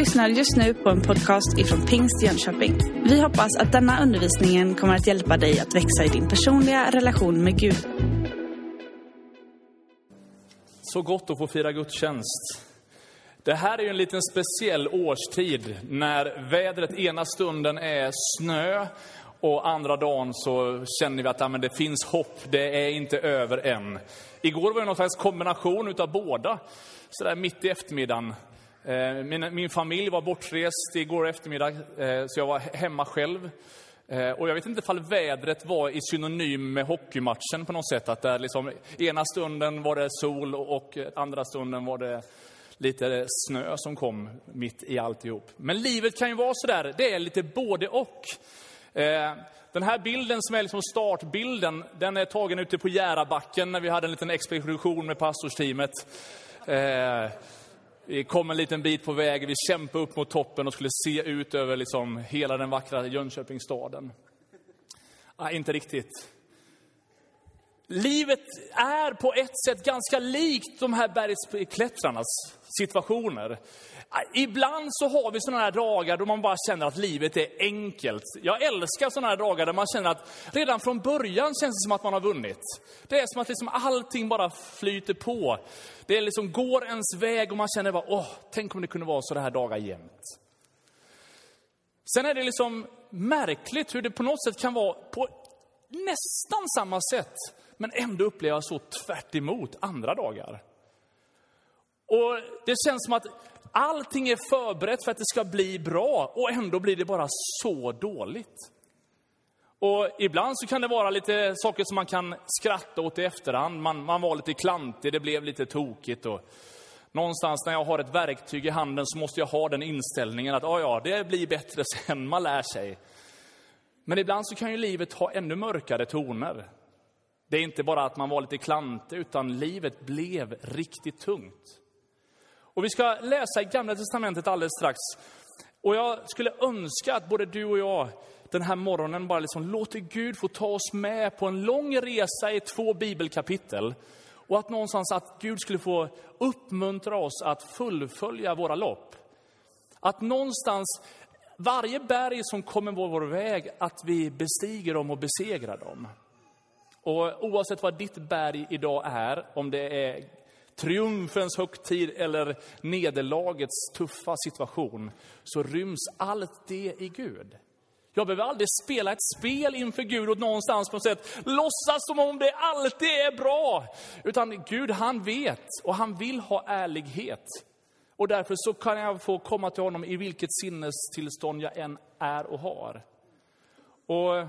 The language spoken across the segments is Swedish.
lyssnar just nu på en podcast ifrån Pingst Jönköping. Vi hoppas att denna undervisning kommer att hjälpa dig att växa i din personliga relation med Gud. Så gott att få fira gudstjänst. Det här är ju en liten speciell årstid när vädret ena stunden är snö och andra dagen så känner vi att det finns hopp, det är inte över än. Igår var det någon slags kombination utav båda, så där mitt i eftermiddagen. Min familj var bortrest igår eftermiddag, så jag var hemma själv. Och jag vet inte ifall vädret var i synonym med hockeymatchen på något sätt. Att där liksom, ena stunden var det sol och andra stunden var det lite snö som kom mitt i alltihop. Men livet kan ju vara så där, det är lite både och. Den här bilden som är liksom startbilden, den är tagen ute på Järabacken när vi hade en liten expedition med pastorsteamet. Vi kom en liten bit på väg, vi kämpade upp mot toppen och skulle se ut över liksom hela den vackra Jönköpingsstaden. Inte riktigt. Livet är på ett sätt ganska likt de här bergsklättrarnas situationer. Ibland så har vi sådana här dagar då man bara känner att livet är enkelt. Jag älskar sådana här dagar där man känner att redan från början känns det som att man har vunnit. Det är som att liksom allting bara flyter på. Det är liksom går ens väg och man känner bara, tänk om det kunde vara så här dagar jämt. Sen är det liksom märkligt hur det på något sätt kan vara på nästan samma sätt, men ändå uppleva så tvärt emot andra dagar. Och det känns som att allting är förberett för att det ska bli bra och ändå blir det bara så dåligt. Och ibland så kan det vara lite saker som man kan skratta åt i efterhand. Man var lite klantig, det blev lite tokigt. Och någonstans när jag har ett verktyg i handen så måste jag ha den inställningen att det blir bättre sen man lär sig. Men ibland så kan ju livet ha ännu mörkare toner. Det är inte bara att man var lite klantig utan livet blev riktigt tungt. Och vi ska läsa i Gamla testamentet alldeles strax. Och jag skulle önska att både du och jag den här morgonen bara liksom låter Gud få ta oss med på en lång resa i 2 bibelkapitel. Och att någonstans att Gud skulle få uppmuntra oss att fullfölja våra lopp. Att någonstans varje berg som kommer vår väg, att vi bestiger dem och besegrar dem. Och oavsett vad ditt berg idag är, om det är triumfens högtid eller nederlagets tuffa situation, så ryms allt det i Gud. Jag behöver aldrig spela ett spel inför Gud och någonstans på något sätt låtsas som om det alltid är bra. Utan Gud, han vet och han vill ha ärlighet. Och därför så kan jag få komma till honom i vilket sinnestillstånd jag än är och har. Och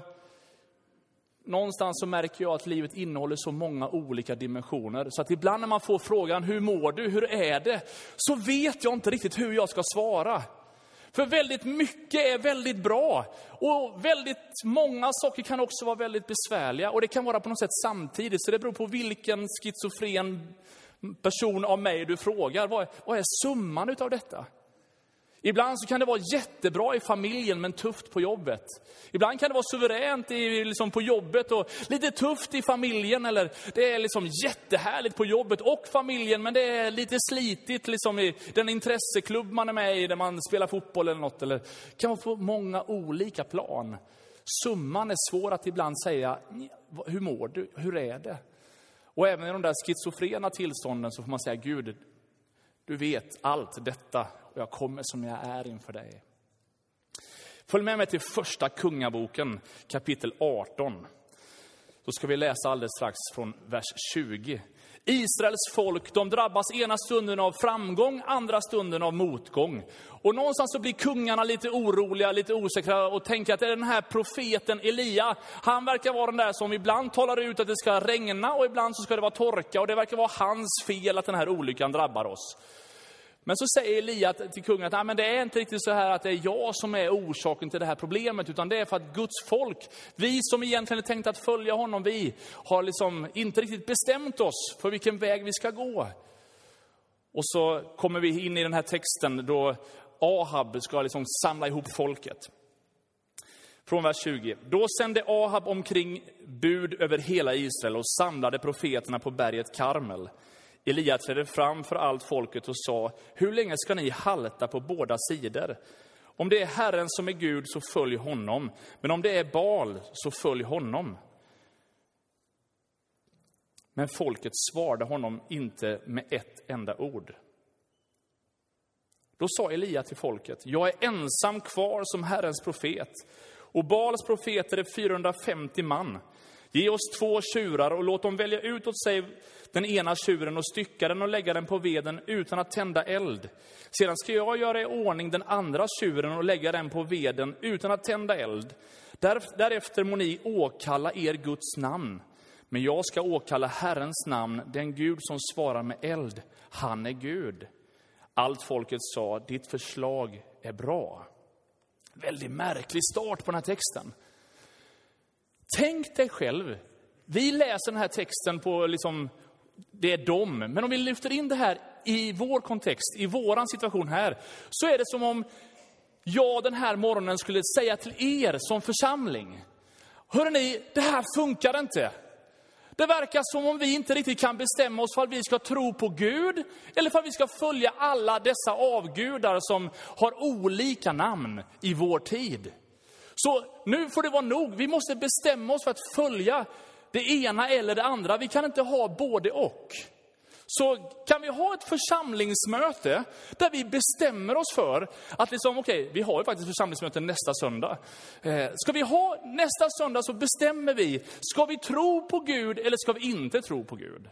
någonstans så märker jag att livet innehåller så många olika dimensioner. Så att ibland när man får frågan, hur mår du, hur är det? Så vet jag inte riktigt hur jag ska svara. För väldigt mycket är väldigt bra. Och väldigt många saker kan också vara väldigt besvärliga. Och det kan vara på något sätt samtidigt. Så det beror på vilken schizofren person av mig du frågar. Vad är summan utav detta? Ibland så kan det vara jättebra i familjen men tufft på jobbet. Ibland kan det vara suveränt liksom på jobbet och lite tufft i familjen. Eller det är liksom jättehärligt på jobbet och familjen men det är lite slitigt liksom i den intresseklubb man är med i där man spelar fotboll eller något. Eller det kan vara på många olika plan. Summan är svår att ibland säga, hur mår du? Hur är det? Och även i de där schizofrena tillstånden så får man säga, Gud, du vet allt detta och jag kommer som jag är inför dig. Följ med mig till första kungaboken, kapitel 18. Då ska vi läsa alldeles strax från vers 20. Israels folk, de drabbas ena stunden av framgång, andra stunden av motgång. Och någonstans så blir kungarna lite oroliga, lite osäkra och tänker att det är den här profeten Elia. Han verkar vara den där som ibland talar ut att det ska regna och ibland så ska det vara torka. Och det verkar vara hans fel att den här olyckan drabbar oss. Men så säger Elia till kungen att men det är inte riktigt så här att det är jag som är orsaken till det här problemet. Utan det är för att Guds folk, vi som egentligen är tänkt att följa honom, vi har liksom inte riktigt bestämt oss för vilken väg vi ska gå. Och så kommer vi in i den här texten då Ahab ska liksom samla ihop folket. Från vers 20. Då sände Ahab omkring bud över hela Israel och samlade profeterna på berget Karmel. Elia trädde fram för allt folket och sa: hur länge ska ni halta på båda sidor? Om det är Herren som är Gud, så följ honom. Men om det är Baal, så följ honom. Men folket svarade honom inte med ett enda ord. Då sa Elia till folket: jag är ensam kvar som Herrens profet, och Baals profeter är 450 man. Ge oss 2 tjurar och låt dem välja ut åt sig den ena tjuren och stycka den och lägga den på veden utan att tända eld. Sedan ska jag göra i ordning den andra tjuren och lägga den på veden utan att tända eld. Därefter må ni åkalla er Guds namn. Men jag ska åkalla Herrens namn, den Gud som svarar med eld. Han är Gud. Allt folket sa: ditt förslag är bra. Väldigt märklig start på den här texten. Tänk dig själv, vi läser den här texten på det är dem. Men om vi lyfter in det här i vår kontext, i våran situation här, så är det som om jag den här morgonen skulle säga till er som församling: hörrni, det här funkar inte. Det verkar som om vi inte riktigt kan bestämma oss för att vi ska tro på Gud eller för att vi ska följa alla dessa avgudar som har olika namn i vår tid. Så nu får det vara nog. Vi måste bestämma oss för att följa det ena eller det andra. Vi kan inte ha både och. Så kan vi ha ett församlingsmöte där vi bestämmer oss för att vi har ju faktiskt församlingsmöte nästa söndag. Ska vi ha nästa söndag, så bestämmer vi: ska vi tro på Gud eller ska vi inte tro på Gud?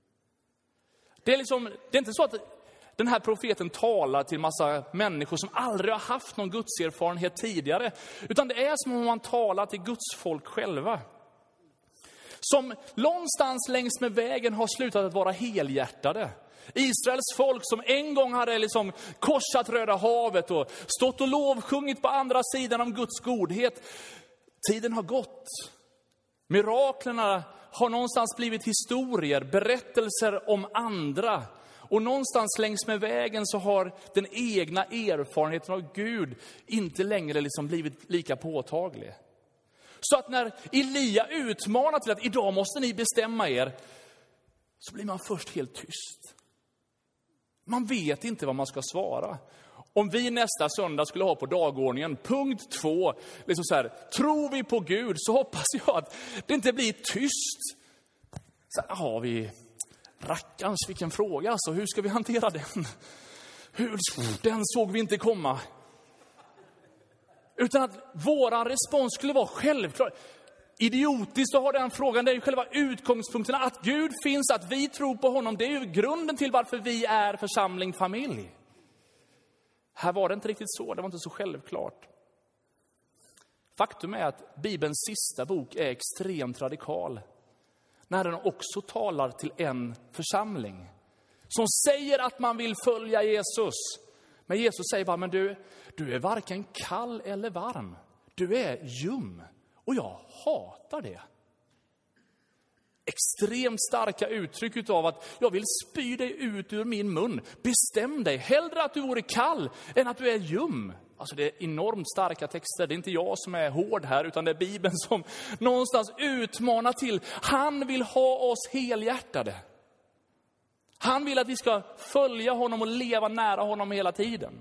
Det är inte så att den här profeten talar till massa människor som aldrig har haft någon gudserfarenhet tidigare, utan det är som om man talar till Guds folk själva. Som någonstans längs med vägen har slutat att vara helhjärtade. Israels folk som en gång hade korsat Röda havet och stått och lovsjungit på andra sidan om Guds godhet. Tiden har gått. Miraklerna har någonstans blivit historier, berättelser om andra. Och någonstans längs med vägen så har den egna erfarenheten av Gud inte längre blivit lika påtaglig. Så att när Elia utmanar till att idag måste ni bestämma er, så blir man först helt tyst. Man vet inte vad man ska svara. Om vi nästa söndag skulle ha på dagordningen punkt 2, tror vi på Gud, så hoppas jag att det inte blir tyst. Rackarns, vilken fråga alltså. Hur ska vi hantera den? Den såg vi inte komma. Utan att våran respons skulle vara självklar. Idiotiskt att ha den frågan. Det är ju själva utgångspunkten. Att Gud finns, att vi tror på honom. Det är ju grunden till varför vi är församling, familj. Här var det inte riktigt så. Det var inte så självklart. Faktum är att Bibelns sista bok är extremt radikal. När den också talar till en församling som säger att man vill följa Jesus. Men Jesus säger bara: men du är varken kall eller varm. Du är ljum. Och jag hatar det. Extremt starka uttryck utav att jag vill spy dig ut ur min mun. Bestäm dig. Hellre att du vore kall än att du är ljum. Alltså det är enormt starka texter. Det är inte jag som är hård här, utan det är Bibeln som någonstans utmanar till. Han vill ha oss helhjärtade. Han vill att vi ska följa honom och leva nära honom hela tiden.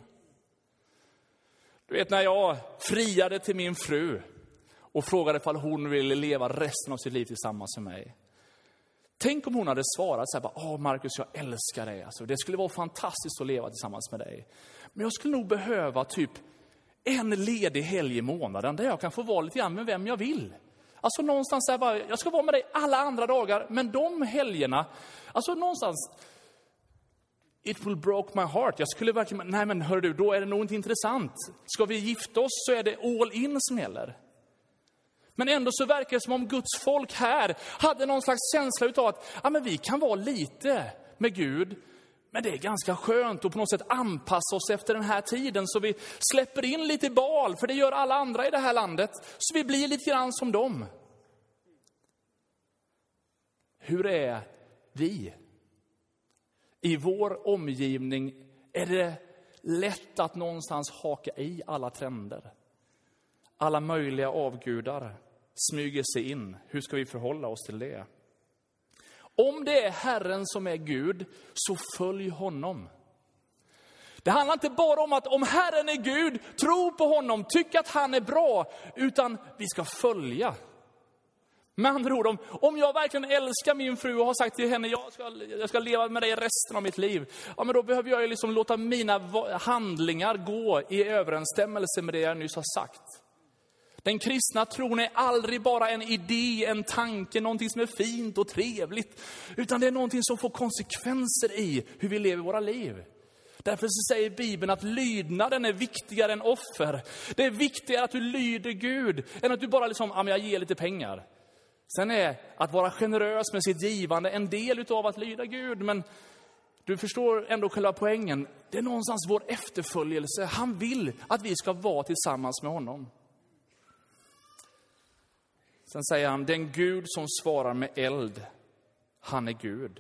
Du vet, när jag friade till min fru och frågade ifall hon ville leva resten av sitt liv tillsammans med mig. Tänk om hon hade svarat så här: Marcus, jag älskar dig. Alltså, det skulle vara fantastiskt att leva tillsammans med dig. Men jag skulle nog behöva typ en ledig helg i månaden där jag kan få vara lite grann med vem jag vill. Alltså någonstans där bara, jag ska vara med dig alla andra dagar, men de helgerna, alltså någonstans, it will broke my heart. Jag skulle verkligen, nej men hör du, då är det nog inte intressant. Ska vi gifta oss så är det all in som gäller. Men ändå så verkar det som om Guds folk här hade någon slags känsla utav att men vi kan vara lite med Gud, men det är ganska skönt att på något sätt anpassa oss efter den här tiden, så vi släpper in lite Baal, för det gör alla andra i det här landet, så vi blir lite grann som dem. Hur är vi? I vår omgivning är det lätt att någonstans haka i alla trender. Alla möjliga avgudar smyger sig in. Hur ska vi förhålla oss till det? Om det är Herren som är Gud, så följ honom. Det handlar inte bara om att om Herren är Gud, tro på honom, tycka att han är bra, utan vi ska följa. Med andra ord, om jag verkligen älskar min fru och har sagt till henne, jag ska leva med dig resten av mitt liv. Ja, men då behöver jag liksom låta mina handlingar gå i överensstämmelse med det jag nyss har sagt. Den kristna tron är aldrig bara en idé, en tanke, någonting som är fint och trevligt. Utan det är någonting som får konsekvenser i hur vi lever våra liv. Därför så säger Bibeln att lydnaden är viktigare än offer. Det är viktigare att du lyder Gud än att du bara liksom, jag ger lite pengar. Sen är att vara generös med sitt givande en del utav att lyda Gud. Men du förstår ändå själva poängen. Det är någonstans vår efterföljelse. Han vill att vi ska vara tillsammans med honom. Sen säger han, den Gud som svarar med eld, han är Gud.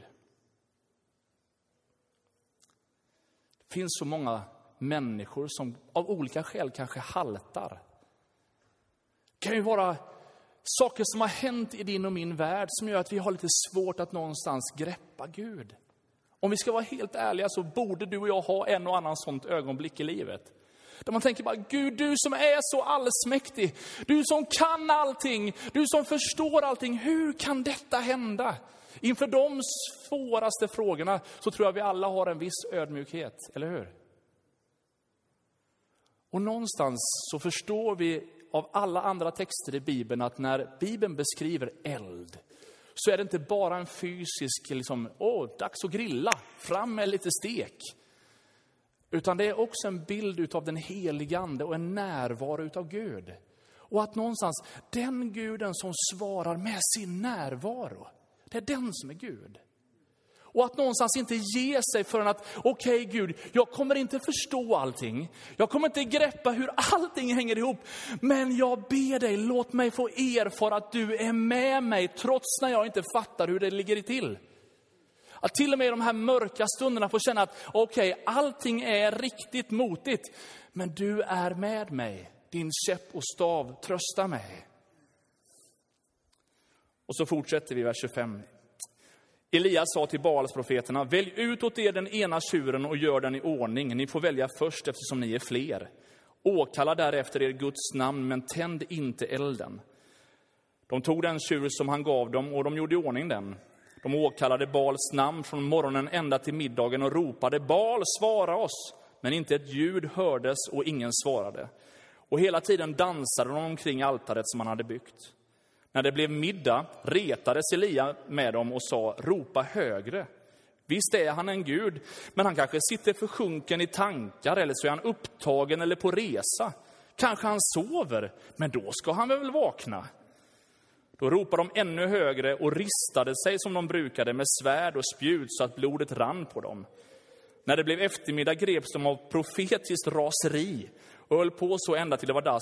Det finns så många människor som av olika skäl kanske haltar. Det kan ju vara saker som har hänt i din och min värld som gör att vi har lite svårt att någonstans greppa Gud. Om vi ska vara helt ärliga så borde du och jag ha en och annan sånt ögonblick i livet. Där man tänker bara, Gud, du som är så allsmäktig, du som kan allting, du som förstår allting, hur kan detta hända? Inför de svåraste frågorna så tror jag vi alla har en viss ödmjukhet, eller hur? Och någonstans så förstår vi av alla andra texter i Bibeln att när Bibeln beskriver eld så är det inte bara en fysisk, dags att grilla, fram med lite stek. Utan det är också en bild utav den helige ande och en närvaro utav Gud. Och att någonstans, den guden som svarar med sin närvaro, det är den som är Gud. Och att någonstans inte ge sig förrän att, okej, Gud, jag kommer inte förstå allting. Jag kommer inte greppa hur allting hänger ihop. Men jag ber dig, låt mig få erfara att du är med mig trots när jag inte fattar hur det ligger till. Att till och med i de här mörka stunderna få känna att allting är riktigt motigt. Men du är med mig. Din käpp och stav tröstar mig. Och så fortsätter vi i vers 25. Elias sa till Baalsprofeterna, välj ut åt er den ena tjuren och gör den i ordning. Ni får välja först eftersom ni är fler. Åkalla därefter er Guds namn, men tänd inte elden. De tog den tjur som han gav dem och de gjorde i ordning den. De åkallade Baals namn från morgonen ända till middagen och ropade, Baal, svara oss! Men inte ett ljud hördes och ingen svarade. Och hela tiden dansade de omkring altaret som han hade byggt. När det blev middag retades Elia med dem och sa, ropa högre. Visst är han en gud, men han kanske sitter försjunken i tankar eller så är han upptagen eller på resa. Kanske han sover, men då ska han väl vakna. Då ropade de ännu högre och ristade sig som de brukade med svärd och spjut så att blodet rann på dem. När det blev eftermiddag greps de av profetiskt raseri och höll på så ända till det var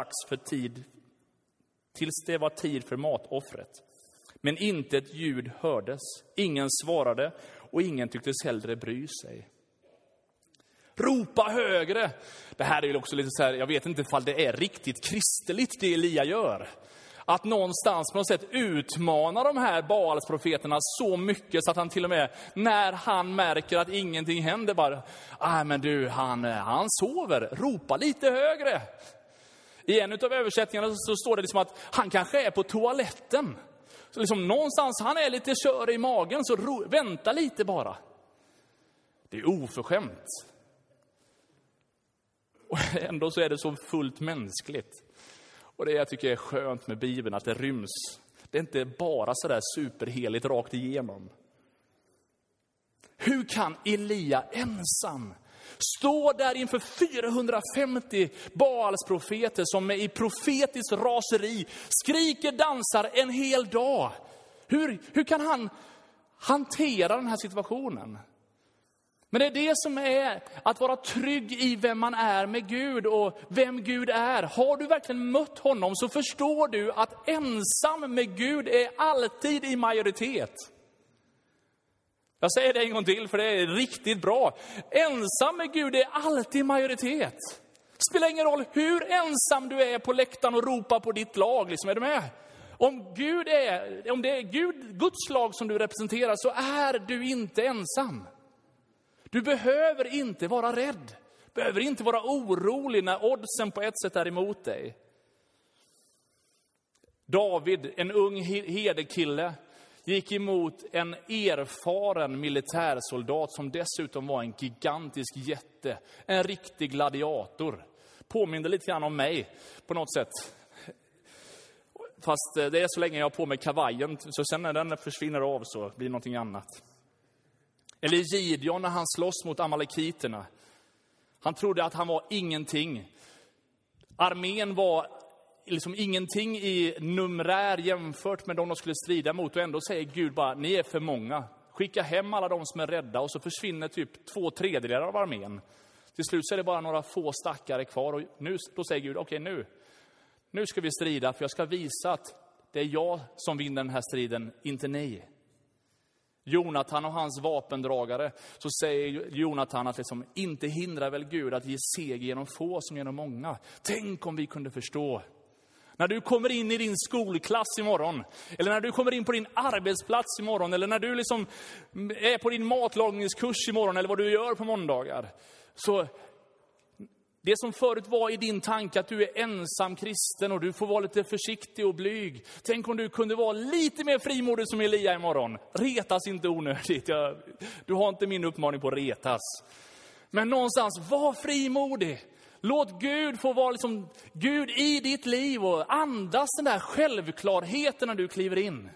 tills det var tid för matoffret. Men inte ett ljud hördes, ingen svarade och ingen tycktes hellre bry sig. Ropa högre! Det här är ju också lite så här, jag vet inte ifall det är riktigt kristeligt det Elia gör. Att någonstans på något sätt utmana de här Baalsprofeterna så mycket så att han till och med, när han märker att ingenting händer, bara, men du, han sover, ropa lite högre. I en av översättningarna så står det liksom att han kanske är på toaletten. Så liksom någonstans, han är lite kör i magen, så vänta lite bara. Det är oförskämt. Och ändå så är det så fullt mänskligt. Och det jag tycker är skönt med Bibeln, att det ryms. Det är inte bara så där superheligt rakt igenom. Hur kan Elia ensam stå där inför 450 Baalsprofeter som i profetiskt raseri skriker, dansar en hel dag? Hur kan han hantera den här situationen? Men det är det som är att vara trygg i vem man är med Gud och vem Gud är. Har du verkligen mött honom så förstår du att ensam med Gud är alltid i majoritet. Jag säger det en gång till för det är riktigt bra. Ensam med Gud är alltid i majoritet. Spelar ingen roll hur ensam du är på läktaren och ropar på ditt lag. Liksom, är du med? Om det är Guds lag som du representerar, så är du inte ensam. Du behöver inte vara rädd. Behöver inte vara orolig när oddsen på ett sätt är emot dig. David, en ung herdekille, gick emot en erfaren militärsoldat som dessutom var en gigantisk jätte. En riktig gladiator. Påminner lite grann om mig på något sätt. Fast det är så länge jag har på mig kavajen, så sen när den försvinner av så blir det någonting annat. Eller Gideon när han slåss mot amalekiterna. Han trodde att han var ingenting. Armén var liksom ingenting i numerär jämfört med de skulle strida mot. Och ändå säger Gud bara, ni är för många. Skicka hem alla de som är rädda, och så försvinner typ 2/3 av armén. Till slut så är det bara några få stackare kvar. Och då säger Gud, okej, nu ska vi strida, för jag ska visa att det är jag som vinner den här striden, inte ni. Jonatan och hans vapendragare, så säger Jonatan att liksom, inte hindrar väl Gud att ge seger genom få som genom många. Tänk om vi kunde förstå. När du kommer in i din skolklass imorgon, eller när du kommer in på din arbetsplats imorgon, eller när du liksom är på din matlagningskurs imorgon, eller vad du gör på måndagar. Så det som förut var i din tanke att du är ensam kristen och du får vara lite försiktig och blyg. Tänk om du kunde vara lite mer frimodig som Elia imorgon. Retas inte onödigt. Du har inte min uppmaning på retas. Men någonstans, var frimodig. Låt Gud få vara liksom Gud i ditt liv och andas den där självklarheten när du kliver in.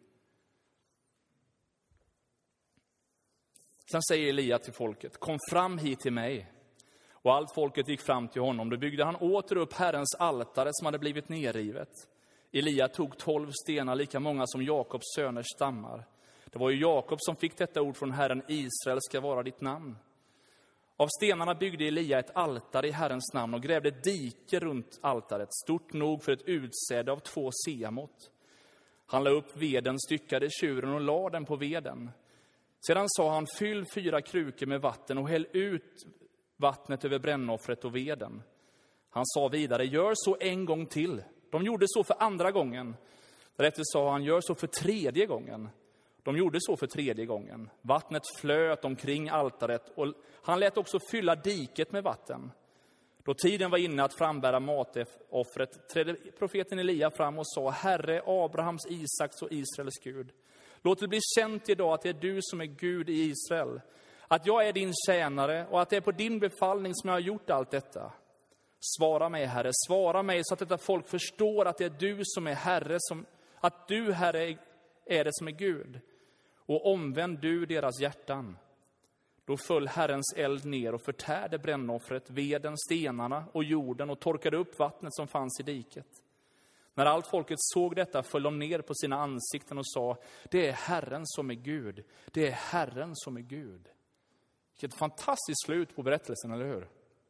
Sen säger Elia till folket, kom fram hit till mig. Och allt folket gick fram till honom. Då byggde han åter upp Herrens altare som hade blivit nerrivet. Elia tog 12 stenar, lika många som Jakobs söners stammar. Det var ju Jakob som fick detta ord från Herren, Israel ska vara ditt namn. Av stenarna byggde Elia ett altare i Herrens namn och grävde ett dike runt altaret, stort nog för ett utsäde av 2 seamått. Han la upp veden, styckade tjuren och la den på veden. Sedan sa han, fyll 4 krukor med vatten och häll ut vattnet över brännoffret och veden. Han sa vidare, gör så en gång till. De gjorde så för andra gången. Därefter sa han, gör så för 3:e gången. De gjorde så för 3:e gången. Vattnet flöt omkring altaret och han lät också fylla diket med vatten. Då tiden var inne att frambära matoffret trädde profeten Elia fram och sa, Herre, Abrahams, Isaks och Israels Gud. Låt det bli känt idag att det är du som är Gud i Israel. Att jag är din tjänare och att det är på din befallning som jag har gjort allt detta. Svara mig, Herre, svara mig så att detta folk förstår att det är du som är Herre, att du, Herre, är det som är Gud. Och omvänd du deras hjärtan. Då föll Herrens eld ner och förtärde brännoffret, veden, stenarna och jorden och torkade upp vattnet som fanns i diket. När allt folket såg detta föll de ner på sina ansikten och sa, det är Herren som är Gud, det är Herren som är Gud. Vilket fantastiskt slut på berättelsen, eller hur?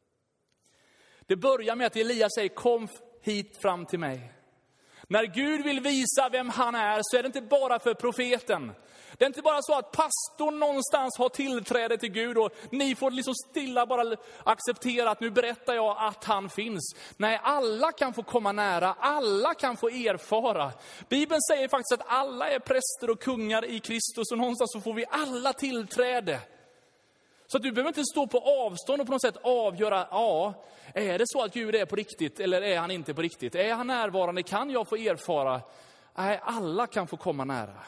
Det börjar med att Elia säger, kom hit fram till mig. När Gud vill visa vem han är så är det inte bara för profeten. Det är inte bara så att pastorn någonstans har tillträde till Gud och ni får liksom stilla bara acceptera att nu berättar jag att han finns. Nej, alla kan få komma nära, alla kan få erfara. Bibeln säger faktiskt att alla är präster och kungar i Kristus och någonstans så får vi alla tillträde. Så att du behöver inte stå på avstånd och på något sätt avgöra, är det så att Gud är på riktigt eller är han inte på riktigt? Är han närvarande? Kan jag få erfara? Nej, alla kan få komma nära.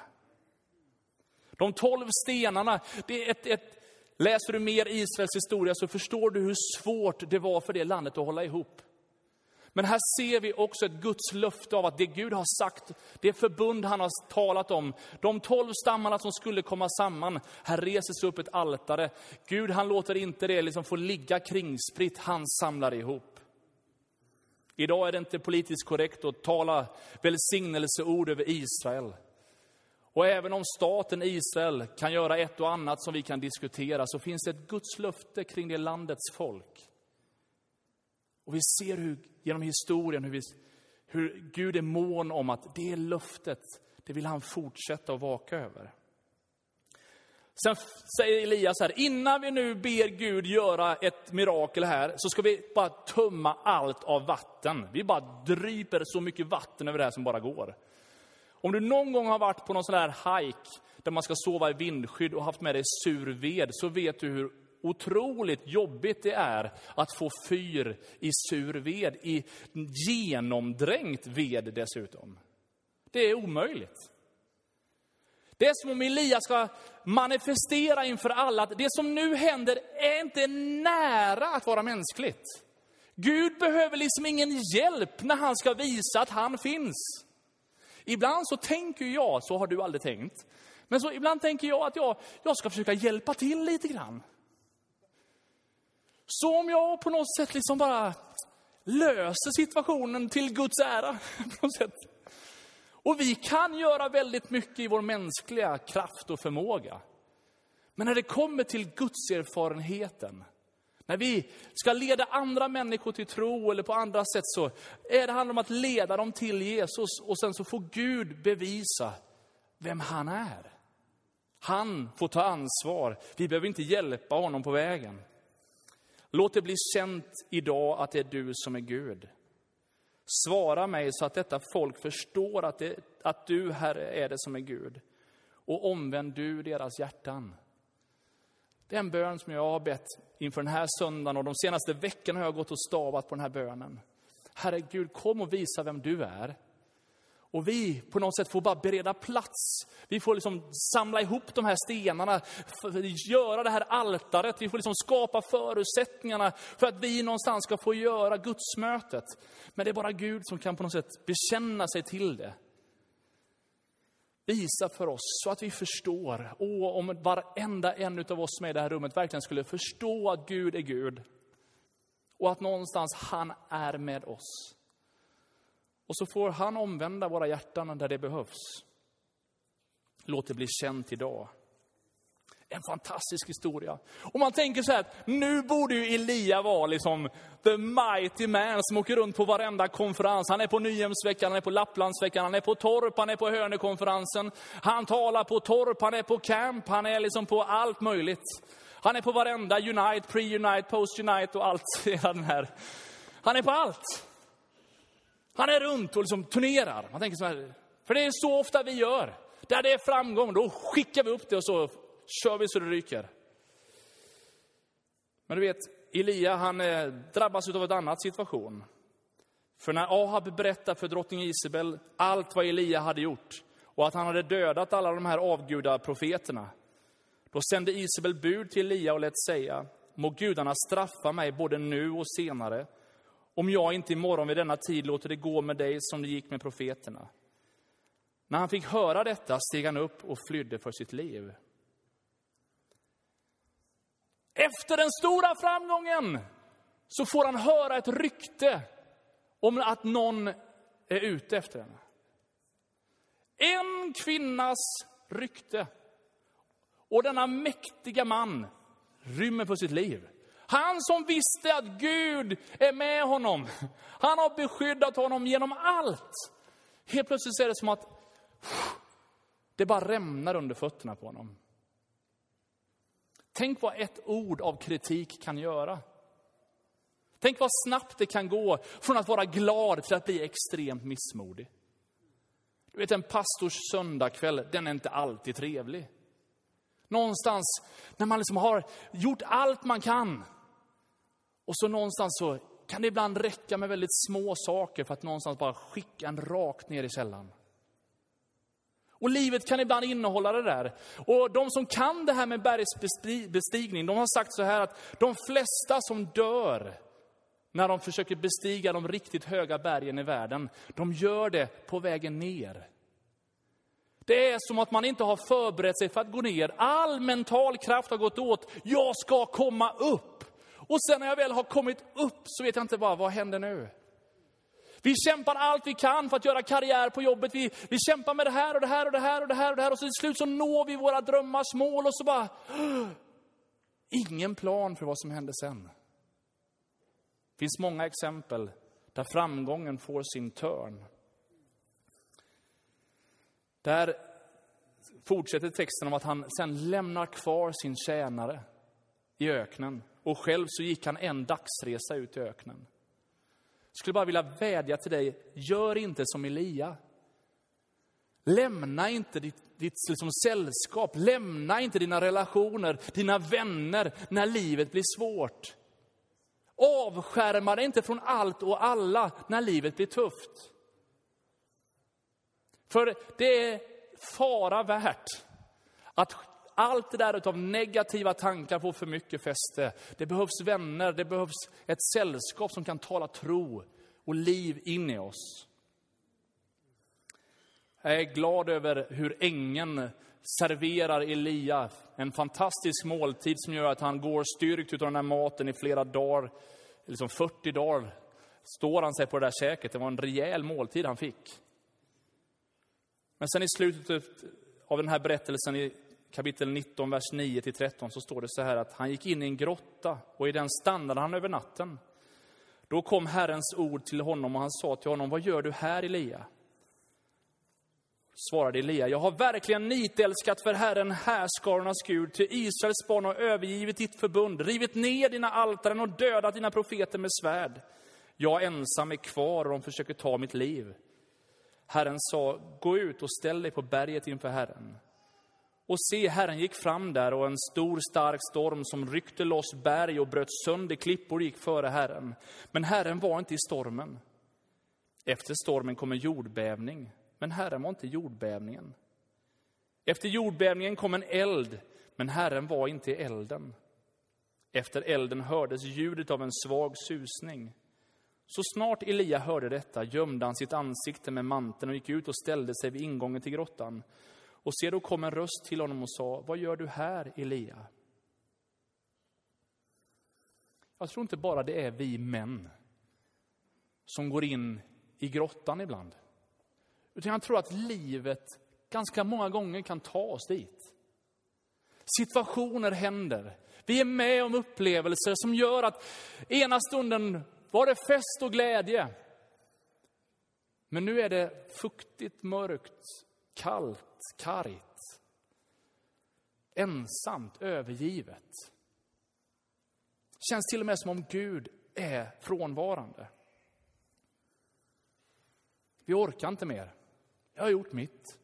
De 12 stenarna, det är läser du mer Israels historia så förstår du hur svårt det var för det landet att hålla ihop. Men här ser vi också ett Guds löfte av att det Gud har sagt, det förbund han har talat om, de 12 stammarna som skulle komma samman, här reses upp ett altare. Gud, han låter inte det liksom få ligga kringspritt, han samlar ihop. Idag är det inte politiskt korrekt att tala välsignelseord över Israel. Och även om staten Israel kan göra ett och annat som vi kan diskutera, så finns det ett Guds löfte kring det landets folk. Och vi ser hur, genom historien hur Gud är mån om att det löftet, det vill han fortsätta att vaka över. Sen säger Elias här, innan vi nu ber Gud göra ett mirakel här, så ska vi bara tömma allt av vatten. Vi bara dryper så mycket vatten över det här som bara går. Om du någon gång har varit på någon sån här hike där man ska sova i vindskydd och haft med dig sur ved, så vet du hur otroligt jobbigt det är att få fyr i sur ved, i genomdränkt ved dessutom. Det är omöjligt. Det är som om Elia ska manifestera inför alla att det som nu händer är inte nära att vara mänskligt. Gud behöver liksom ingen hjälp när han ska visa att han finns. Ibland så tänker jag, så har du aldrig tänkt, men så ibland tänker jag att jag ska försöka hjälpa till lite grann. Så om jag på något sätt liksom bara löser situationen till Guds ära på något sätt. Och vi kan göra väldigt mycket i vår mänskliga kraft och förmåga. Men när det kommer till Guds erfarenheten, när vi ska leda andra människor till tro eller på andra sätt, så det handlar om att leda dem till Jesus. Och sen så får Gud bevisa vem han är. Han får ta ansvar. Vi behöver inte hjälpa honom på vägen. Låt det bli känt idag att det är du som är Gud. Svara mig så att detta folk förstår att du, Herre, är det som är Gud. Och omvänd du deras hjärtan. Det är en bön som jag har bett inför den här söndagen, och de senaste veckorna har jag gått och stavat på den här bönen. Herre Gud, kom och visa vem du är. Och vi på något sätt får bara bereda plats. Vi får liksom samla ihop de här stenarna, göra det här altaret. Vi får liksom skapa förutsättningarna för att vi någonstans ska få göra gudsmötet. Men det är bara Gud som kan på något sätt bekänna sig till det. Visa för oss så att vi förstår. Om varenda en av oss som är i det här rummet verkligen skulle förstå att Gud är Gud. Och att någonstans han är med oss. Och så får han omvända våra hjärtan där det behövs. Låt det bli känt idag. En fantastisk historia. Och man tänker så här att nu borde ju Elia vara liksom the mighty man som åker runt på varenda konferens. Han är på Nyhemsveckan, han är på Lapplandsveckan, han är på Torp, han är på Hörnekonferensen. Han talar på Torp, han är på camp, han är liksom på allt möjligt. Han är på varenda Unite, Pre-Unite, Post-Unite och allt. Den här. Han är på allt. Han är runt och liksom turnerar. Man tänker så här, för det är så ofta vi gör. Där det är framgång, då skickar vi upp det och så kör vi så det ryker. Men du vet, Elia han drabbas av en annan situation. För när Ahab berättar för drottning Isabel allt vad Elia hade gjort och att han hade dödat alla de här avguda profeterna, då sände Isabel bud till Elia och lät säga: må gudarna straffa mig både nu och senare, om jag inte imorgon vid denna tid låter det gå med dig som det gick med profeterna. När han fick höra detta steg han upp och flydde för sitt liv. Efter den stora framgången så får han höra ett rykte om att någon är ute efter henne. En kvinnas rykte. Och denna mäktiga man rymmer för sitt liv. Han som visste att Gud är med honom. Han har beskyddat honom genom allt. Helt plötsligt är det som att det bara rämnar under fötterna på honom. Tänk vad ett ord av kritik kan göra. Tänk vad snabbt det kan gå från att vara glad till att bli extremt missmodig. Du vet, en pastors söndagkväll, den är inte alltid trevlig. Någonstans när man liksom har gjort allt man kan. Och så någonstans så kan det ibland räcka med väldigt små saker för att någonstans bara skicka en rakt ner i källan. Och livet kan ibland innehålla det där. Och de som kan det här med bergsbestigning, de har sagt så här att de flesta som dör när de försöker bestiga de riktigt höga bergen i världen, de gör det på vägen ner. Det är som att man inte har förberett sig för att gå ner. All mental kraft har gått åt. Jag ska komma upp. Och sen när jag väl har kommit upp så vet jag inte bara, vad händer nu? Vi kämpar allt vi kan för att göra karriär på jobbet. Vi kämpar med det här och det här och det här och det här och det här. Och så till slut så når vi våra drömmars mål och så bara... ingen plan för vad som händer sen. Det finns många exempel där framgången får sin törn. Där fortsätter texten om att han sen lämnar kvar sin tjänare i öknen. Och själv så gick han en dagsresa ut i öknen. Jag skulle bara vilja vädja till dig, gör inte som Elia. Lämna inte ditt liksom sällskap. Lämna inte dina relationer, dina vänner när livet blir svårt. Avskärma dig inte från allt och alla när livet blir tufft. För det är fara värt att allt det där utav negativa tankar får för mycket fäste. Det behövs vänner, det behövs ett sällskap som kan tala tro och liv in i oss. Jag är glad över hur ängeln serverar Elia en fantastisk måltid som gör att han går styrkt ut av den här maten i flera dagar. Liksom 40 dagar står han sig på det där käket. Det var en rejäl måltid han fick. Men sen i slutet av den här berättelsen i kapitel 19, vers 9-13 så står det så här att han gick in i en grotta och i den stannade han över natten. Då kom Herrens ord till honom och han sa till honom: vad gör du här, Elia? Svarade Elia: jag har verkligen nitälskat för Herren, härskarornas Gud, till Israels barn har övergivit ditt förbund, rivit ner dina altaren och dödat dina profeter med svärd. Jag ensam är kvar och de försöker ta mitt liv. Herren sa: gå ut och ställ dig på berget inför Herren. Och se, Herren gick fram där och en stor stark storm som ryckte loss berg och bröt sönder klippor gick före Herren. Men Herren var inte i stormen. Efter stormen kom en jordbävning. Men Herren var inte i jordbävningen. Efter jordbävningen kom en eld, men Herren var inte i elden. Efter elden hördes ljudet av en svag susning. Så snart Elia hörde detta gömde han sitt ansikte med manteln och gick ut och ställde sig vid ingången till grottan. Och se, då kom en röst till honom och sa: vad gör du här, Elia? Jag tror inte bara det är vi män som går in i grottan ibland. Utan jag tror att livet ganska många gånger kan ta oss dit. Situationer händer. Vi är med om upplevelser som gör att ena stunden var det fest och glädje. Men nu är det fuktigt, mörkt, kallt, kargt. Ensamt, övergivet. Känns till och med som om Gud är frånvarande. Vi orkar inte mer. Jag har gjort mitt.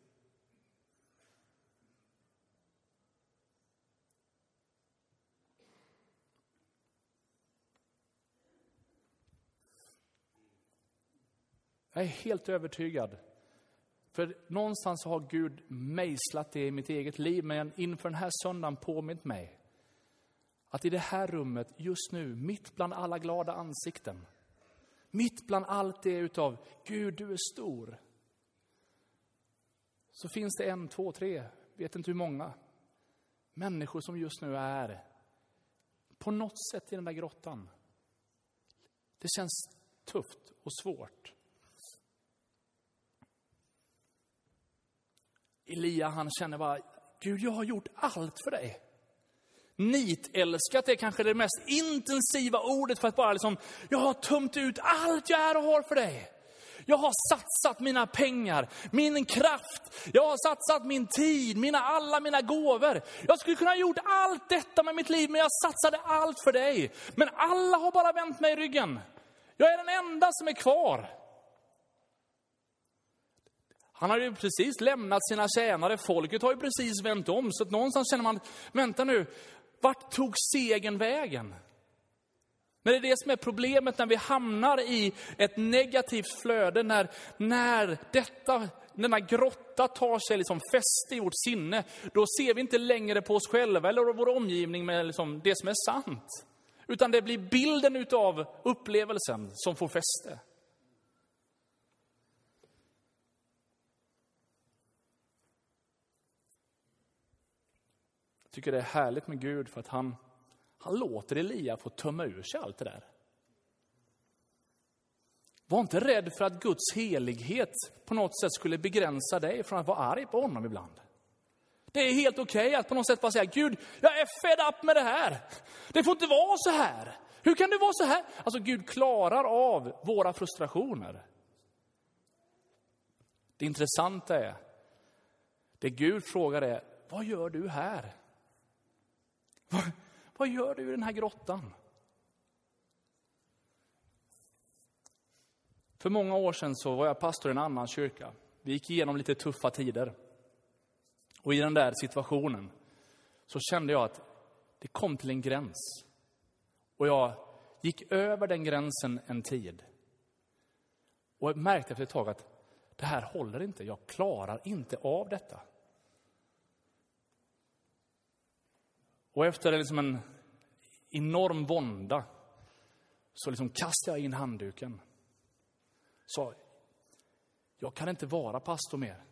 Jag är helt övertygad. För någonstans har Gud mejslat det i mitt eget liv. Men inför den här söndagen påmint mig att i det här rummet just nu, mitt bland alla glada ansikten, mitt bland allt det utav Gud, du är stor, så finns det 1, 2, 3, vet inte hur många människor som just nu är på något sätt i den där grottan. Det känns tufft och svårt. Elia, han känner bara: Gud, jag har gjort allt för dig. Nitälskat är kanske det mest intensiva ordet för att bara liksom, jag har tömt ut allt jag är och har för dig. Jag har satsat mina pengar, min kraft, jag har satsat min tid, alla mina gåvor. Jag skulle kunna ha gjort allt detta med mitt liv, men jag satsade allt för dig. Men alla har bara vänt mig i ryggen. Jag är den enda som är kvar. Han har ju precis lämnat sina tjänare. Folket har ju precis vänt om. Så att någonstans känner man, vänta nu, vart tog segern vägen? Men det är det som är problemet när vi hamnar i ett negativt flöde. När denna grotta tar sig liksom fäste i vårt sinne. Då ser vi inte längre på oss själva eller vår omgivning med liksom det som är sant. Utan det blir bilden utav upplevelsen som får fäste. Jag tycker det är härligt med Gud för att han låter Elia få tömma ur sig allt det där. Var inte rädd för att Guds helighet på något sätt skulle begränsa dig från att vara arg på honom ibland. Det är helt okej att på något sätt bara säga: Gud, jag är fed up med det här. Det får inte vara så här. Hur kan det vara så här? Alltså Gud klarar av våra frustrationer. Det intressanta är, det Gud frågar är: vad gör du här? Vad gör du i den här grottan? För många år sedan så var jag pastor i en annan kyrka. Vi gick igenom lite tuffa tider. Och i den där situationen så kände jag att det kom till en gräns. Och jag gick över den gränsen en tid. Och jag märkte efter ett tag att det här håller inte. Jag klarar inte av detta. Och efter liksom en enorm vånda så liksom kastade jag in handduken. Så jag kan inte vara pastor mer.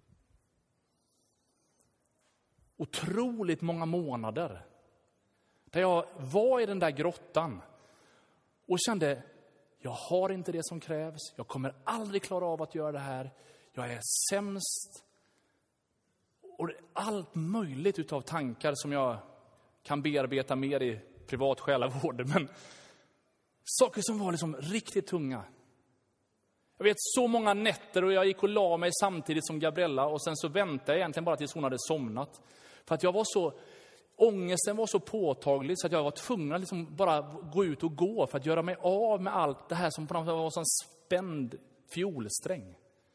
Otroligt många månader där jag var i den där grottan och kände, jag har inte det som krävs. Jag kommer aldrig klara av att göra det här. Jag är sämst. Och allt möjligt utav tankar som jag kan bearbeta mer i privat själavård. Men saker som var liksom riktigt tunga. Jag vet så många nätter och jag gick och la mig samtidigt som Gabriella. Och sen så väntade jag egentligen bara tills hon hade somnat. För att jag var så, ångesten var så påtaglig så att jag var tvungen att liksom bara gå ut och gå för att göra mig av med allt det här som på något sätt var en sån spänd fiolsträng.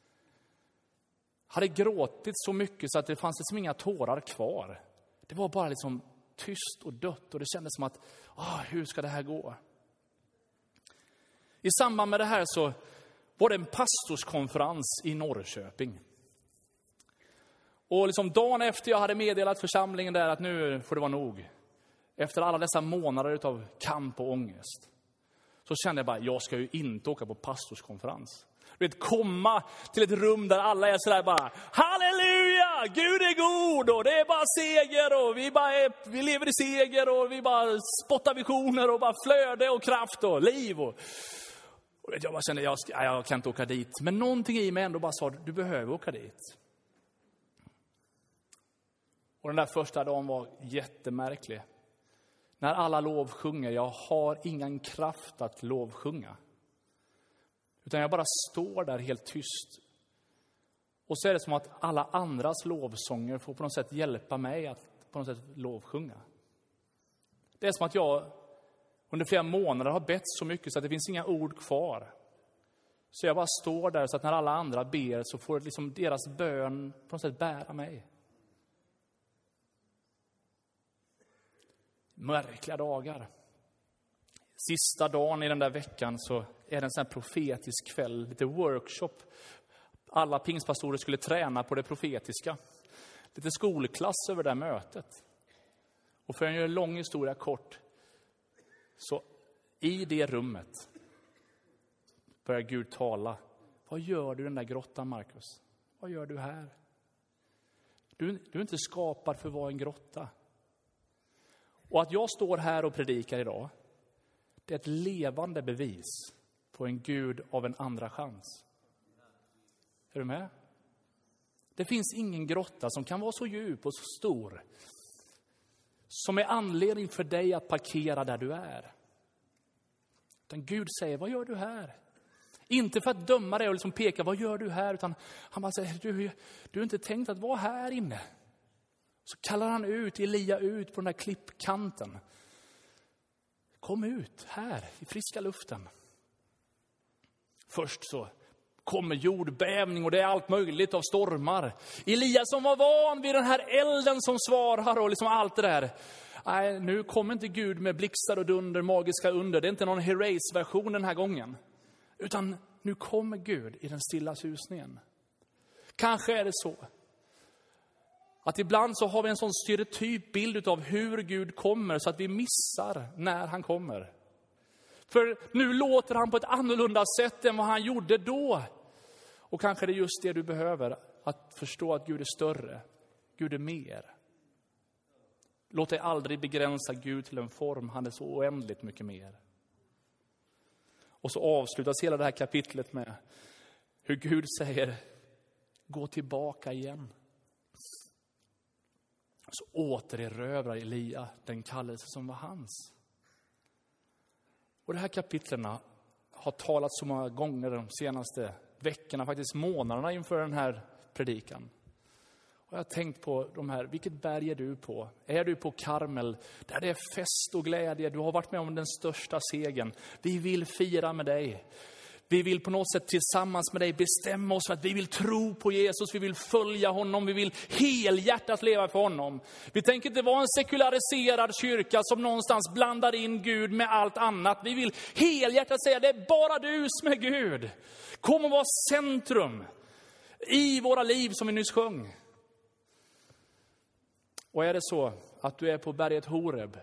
Hade gråtit så mycket så att det fanns liksom inga tårar kvar. Det var bara liksom tyst och dött och det kändes som att, hur ska det här gå? I samband med det här så var det en pastorskonferens i Norrköping. Och liksom dagen efter jag hade meddelat församlingen där att nu får det vara nog. Efter alla dessa månader av kamp och ångest. Så kände jag bara, jag ska ju inte åka på pastorskonferens. Du vet, komma till ett rum där alla är sådär bara, halleluja, Gud är god och det är bara seger och vi lever i seger och vi bara spottar visioner och bara flöde och kraft och liv. Och jag bara kände, jag kan inte åka dit. Men någonting i mig ändå bara sa, du behöver åka dit. Och den där första dagen var jättemärklig. När alla lovsjunger, jag har ingen kraft att lovsjunga. Utan jag bara står där helt tyst. Och så är det som att alla andras lovsånger får på något sätt hjälpa mig att på något sätt lovsjunga. Det är som att jag under flera månader har bett så mycket så att det finns inga ord kvar. Så jag bara står där så att när alla andra ber så får liksom deras bön på något sätt bära mig. Märkliga dagar. Sista dagen i den där veckan så är det en sån här profetisk kväll, lite workshop. Alla pingstpastorer skulle träna på det profetiska. Lite skolklass över det där mötet. Och för att göra en lång historia kort, så i det rummet börjar Gud tala. Vad gör du i den där grottan, Markus? Vad gör du här? Du är inte skapad för att vara en grotta. Och att jag står här och predikar idag, det är ett levande bevis på en Gud av en andra chans. Är du med? Det finns ingen grotta som kan vara så djup och så stor som är anledning för dig att parkera där du är. Utan Gud säger, vad gör du här? Inte för att döma dig och liksom peka, vad gör du här? Utan han bara säger, du är inte tänkt att vara här inne. Så kallar han ut Elia ut på den där klippkanten. Kom ut här i friska luften. Först så kommer jordbävning och det är allt möjligt av stormar. Elia som var van vid den här elden som svarar och liksom allt det där. Nej, nu kommer inte Gud med blixtar och dunder, magiska under. Det är inte någon Herreys-version den här gången. Utan nu kommer Gud i den stilla susningen. Kanske är det så att ibland så har vi en sån stereotyp bild av hur Gud kommer så att vi missar när han kommer. För nu låter han på ett annorlunda sätt än vad han gjorde då. Och kanske det är just det du behöver, att förstå att Gud är större. Gud är mer. Låt dig aldrig begränsa Gud till en form, han är så oändligt mycket mer. Och så avslutas hela det här kapitlet med hur Gud säger, gå tillbaka igen. Så återerövrar Elia den kallelse som var hans. Och det här kapitlerna har talat så många gånger de senaste veckorna, faktiskt månaderna inför den här predikan. Och jag har tänkt på de här, vilket berg är du på? Är du på Karmel där det är fest och glädje? Du har varit med om den största segern. Vi vill fira med dig. Vi vill på något sätt tillsammans med dig bestämma oss för att vi vill tro på Jesus. Vi vill följa honom. Vi vill helhjärtat leva för honom. Vi tänker inte vara en sekulariserad kyrka som någonstans blandar in Gud med allt annat. Vi vill helhjärtat säga, det är bara du som är Gud. Kom och vara centrum i våra liv som vi nyss sjöng. Och är det så att du är på berget Horeb,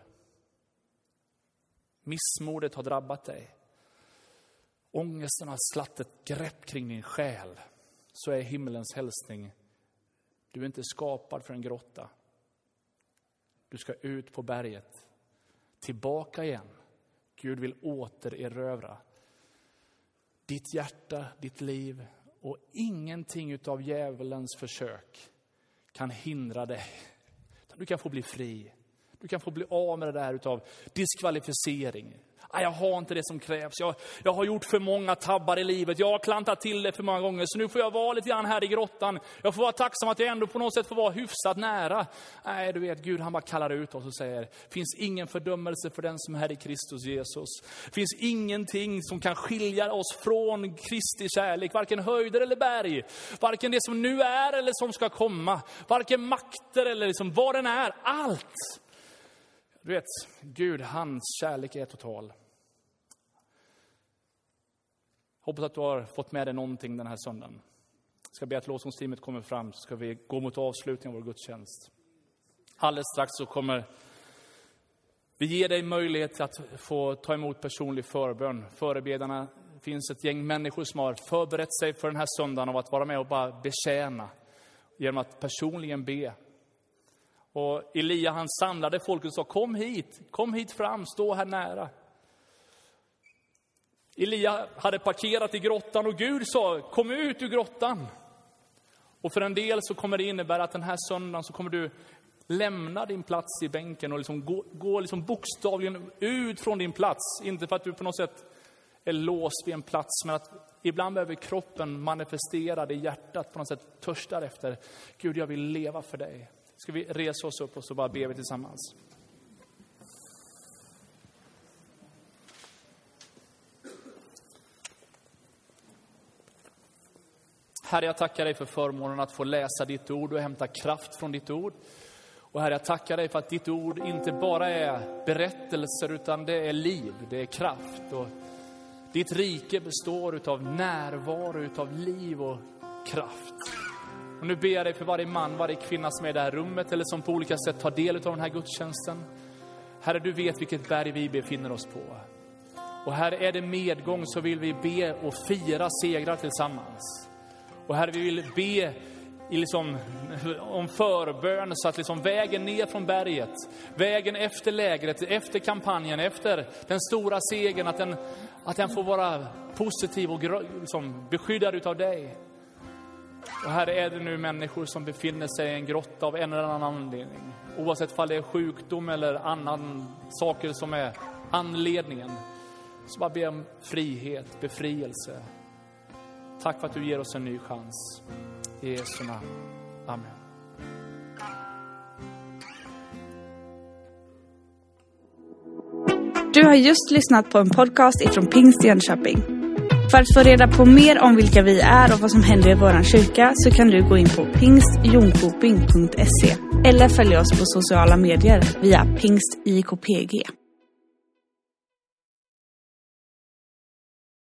missmodet har drabbat dig, ångesten har slatt ett grepp kring din själ, så är himmelens hälsning: du är inte skapad för en grotta. Du ska ut på berget, tillbaka igen. Gud vill återerövra ditt hjärta, ditt liv, och ingenting utav djävulens försök kan hindra dig. Du kan få bli fri. Du kan få bli av med det där utav diskvalificering. Jag har inte det som krävs. Jag har gjort för många tabbar i livet. Jag har klantat till det för många gånger. Så nu får jag vara lite grann här i grottan. Jag får vara tacksam att jag ändå på något sätt får vara hyfsat nära. Nej, du vet, Gud han bara kallar ut oss och säger: finns ingen fördömelse för den som är i Kristus Jesus. Finns ingenting som kan skilja oss från Kristi kärlek. Varken höjder eller berg. Varken det som nu är eller som ska komma. Varken makter eller liksom vad den är. Allt. Du vet, Gud, hans kärlek är total. Hoppas att du har fått med dig någonting den här söndagen. Jag ska be att lovsångsteamet kommer fram, så ska vi gå mot avslutningen av vår gudstjänst. Alldeles strax så kommer vi ge dig möjlighet att få ta emot personlig förbön. Förebedjarna, finns ett gäng människor som har förberett sig för den här söndagen av att vara med och bara betjäna genom att personligen be. Och Elia han samlade folket och sa: kom hit fram, stå här nära. Elia hade parkerat i grottan och Gud sa: kom ut ur grottan. Och för en del så kommer det innebära att den här söndagen så kommer du lämna din plats i bänken och liksom gå liksom bokstavligen ut från din plats. Inte för att du på något sätt är låst vid en plats, men att ibland behöver kroppen manifestera det, hjärtat på något sätt törstar efter. Gud, jag vill leva för dig. Ska vi resa oss upp och så bara ber vi tillsammans. Herre, jag tackar dig för förmånen att få läsa ditt ord och hämta kraft från ditt ord. Och Herre, jag tackar dig för att ditt ord inte bara är berättelser utan det är liv, det är kraft. Och ditt rike består utav närvaro, utav liv och kraft. Och nu ber jag dig för varje man, varje kvinna som är i det här rummet eller som på olika sätt tar del av den här gudstjänsten. Herre, du vet vilket berg vi befinner oss på. Och här är det medgång så vill vi be och fira segrar tillsammans. Och Herre, vi vill be om förbön så att liksom vägen ner från berget, vägen efter lägret, efter kampanjen, efter den stora segern, att den får vara positiv och liksom beskyddad utav dig. Och här är det nu människor som befinner sig i en grotta av en eller annan anledning. Oavsett om det är sjukdom eller annan saker som är anledningen. Så bara be om frihet, befrielse. Tack för att du ger oss en ny chans. I Jesu namn. Amen. Du har just lyssnat på en podcast ifrån Pingst Jönköping. För att få reda på mer om vilka vi är och vad som händer i våran kyrka så kan du gå in på pingstjonkoping.se eller följa oss på sociala medier via pingstjkpg.